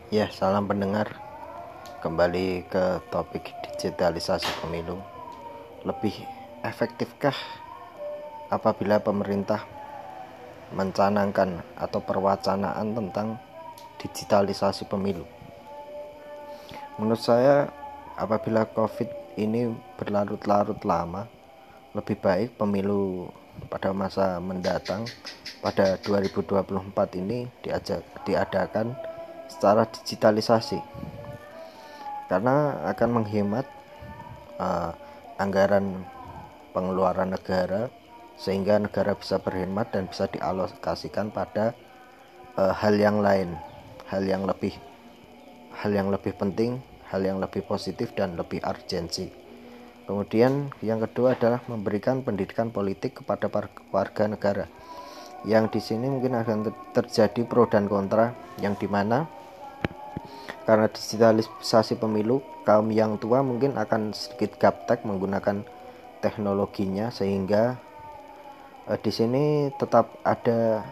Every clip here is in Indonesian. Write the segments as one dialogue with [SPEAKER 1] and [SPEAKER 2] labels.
[SPEAKER 1] Ya, salam pendengar. Kembali ke topik digitalisasi pemilu. Lebih efektifkah apabila pemerintah mencanangkan atau perwacanaan tentang digitalisasi pemilu? Menurut saya, apabila COVID ini berlarut-larut lama, lebih baik pemilu pada masa mendatang pada 2024 ini diadakan secara digitalisasi, karena akan menghemat anggaran pengeluaran negara, sehingga negara bisa berhemat dan bisa dialokasikan pada hal yang lain, hal yang lebih penting, hal yang lebih positif dan lebih urgensi. Kemudian yang kedua adalah memberikan pendidikan politik kepada warga negara, yang di sini mungkin akan terjadi pro dan kontra, yang dimana karena digitalisasi pemilu, kaum yang tua mungkin akan sedikit gaptek menggunakan teknologinya, sehingga di sini tetap ada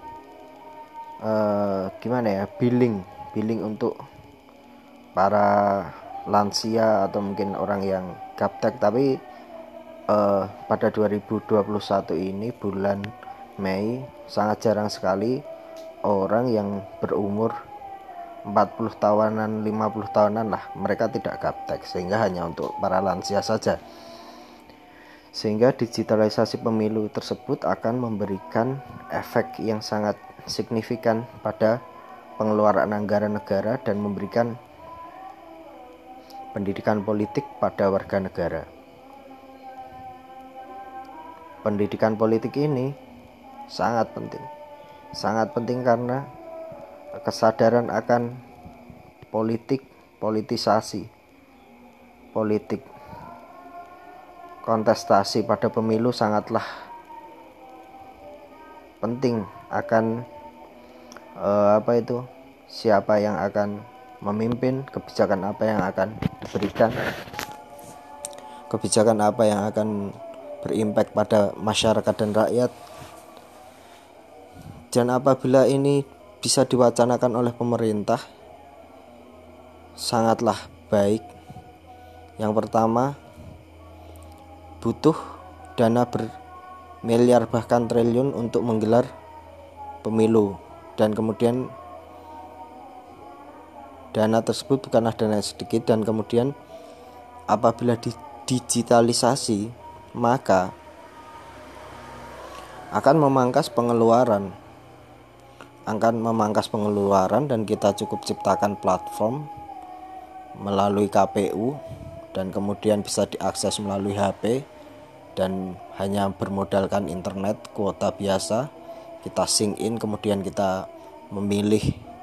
[SPEAKER 1] billing untuk para lansia atau mungkin orang yang gaptek. Tapi pada 2021 ini bulan Mei sangat jarang sekali orang yang berumur 40 tahunan, 50 tahunan lah, mereka tidak gaptek, sehingga hanya untuk para lansia saja. Sehingga digitalisasi pemilu tersebut akan memberikan efek yang sangat signifikan pada pengeluaran anggaran negara dan memberikan pendidikan politik pada warga negara. Pendidikan politik ini sangat penting karena kesadaran akan politisasi politik kontestasi pada pemilu sangatlah penting, akan siapa yang akan memimpin, kebijakan apa yang akan diberikan, kebijakan apa yang akan berimpact pada masyarakat dan rakyat. Dan apabila ini bisa diwacanakan oleh pemerintah, sangatlah baik. Yang pertama, butuh dana bermiliar bahkan triliun untuk menggelar pemilu, dan kemudian dana tersebut bukanlah dana sedikit, dan kemudian apabila digitalisasi maka akan memangkas pengeluaran, dan kita cukup ciptakan platform melalui KPU dan kemudian bisa diakses melalui HP, dan hanya bermodalkan internet kuota biasa, kita sync in, kemudian kita memilih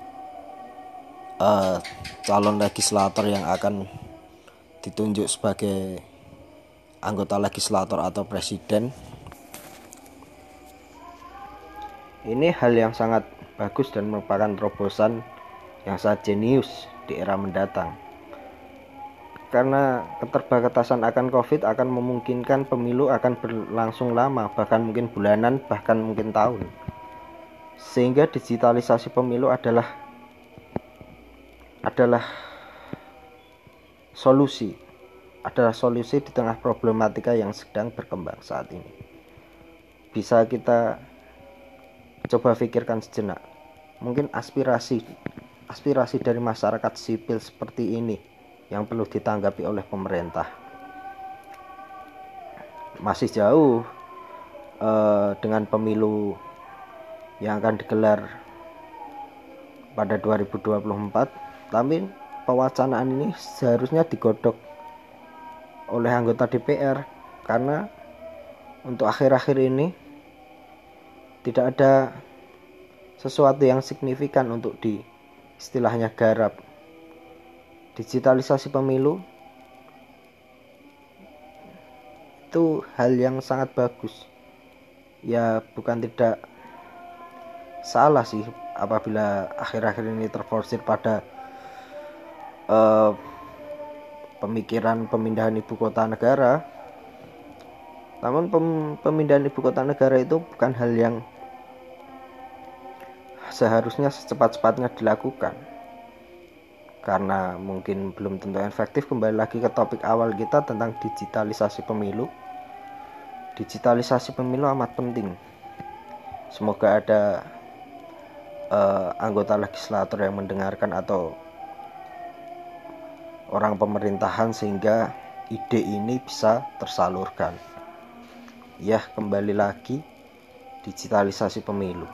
[SPEAKER 1] calon legislator yang akan ditunjuk sebagai anggota legislator atau presiden. Ini hal yang sangat bagus dan merupakan terobosan yang sangat jenius di era mendatang, karena keterbatasan akan COVID akan memungkinkan pemilu akan berlangsung lama, bahkan mungkin bulanan, bahkan mungkin tahun. Sehingga digitalisasi pemilu adalah solusi di tengah problematika yang sedang berkembang saat ini. Bisa kita coba pikirkan sejenak, mungkin aspirasi dari masyarakat sipil seperti ini yang perlu ditanggapi oleh pemerintah. Masih jauh dengan pemilu yang akan digelar pada 2024, tapi pewacanaan ini seharusnya digodok oleh anggota DPR, karena untuk akhir-akhir ini tidak ada sesuatu yang signifikan untuk istilahnya garap. Digitalisasi pemilu itu hal yang sangat bagus. Ya, bukan tidak salah sih apabila akhir-akhir ini terforsir pada pemikiran pemindahan ibu kota negara. Namun pemindahan ibu kota negara itu bukan hal yang seharusnya secepat-cepatnya dilakukan. karena mungkin belum tentu efektif, kembali lagi ke topik awal kita tentang digitalisasi pemilu. Digitalisasi pemilu amat penting. Semoga ada anggota legislator yang mendengarkan atau orang pemerintahan sehingga ide ini bisa tersalurkan. Ya, kembali lagi digitalisasi pemilu.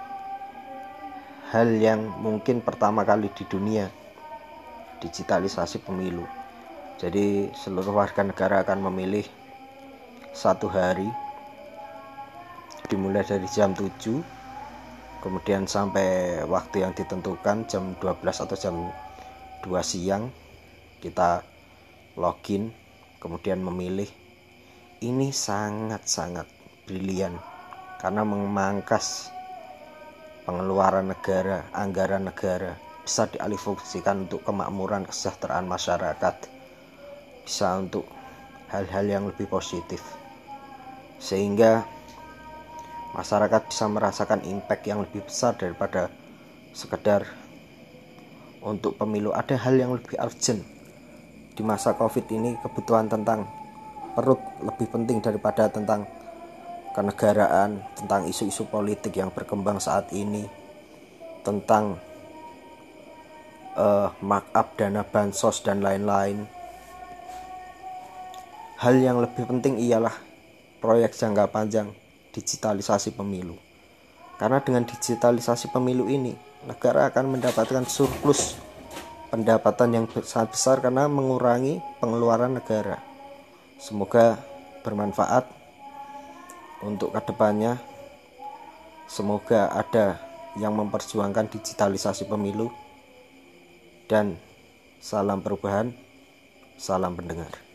[SPEAKER 1] Hal yang mungkin pertama kali di dunia, digitalisasi pemilu. Jadi seluruh warga negara akan memilih satu hari, dimulai dari jam 7, kemudian sampai waktu yang ditentukan jam 12 atau jam 2 siang kita login, kemudian memilih. Ini sangat-sangat brilian karena memangkas pengeluaran negara, anggaran negara, bisa dialihfungsikan untuk kemakmuran kesejahteraan masyarakat, bisa untuk hal-hal yang lebih positif, sehingga masyarakat bisa merasakan impact yang lebih besar daripada sekedar untuk pemilu. Ada hal yang lebih urgent di masa COVID ini, kebutuhan tentang perut lebih penting daripada tentang kenegaraan, tentang isu-isu politik yang berkembang saat ini, tentang markup dana bansos dan lain-lain. Hal yang lebih penting ialah proyek jangka panjang digitalisasi pemilu. Karena dengan digitalisasi pemilu ini, negara akan mendapatkan surplus pendapatan yang sangat besar karena mengurangi pengeluaran negara. Semoga bermanfaat untuk kedepannya. Semoga ada yang memperjuangkan digitalisasi pemilu. Dan salam perubahan, salam pendengar.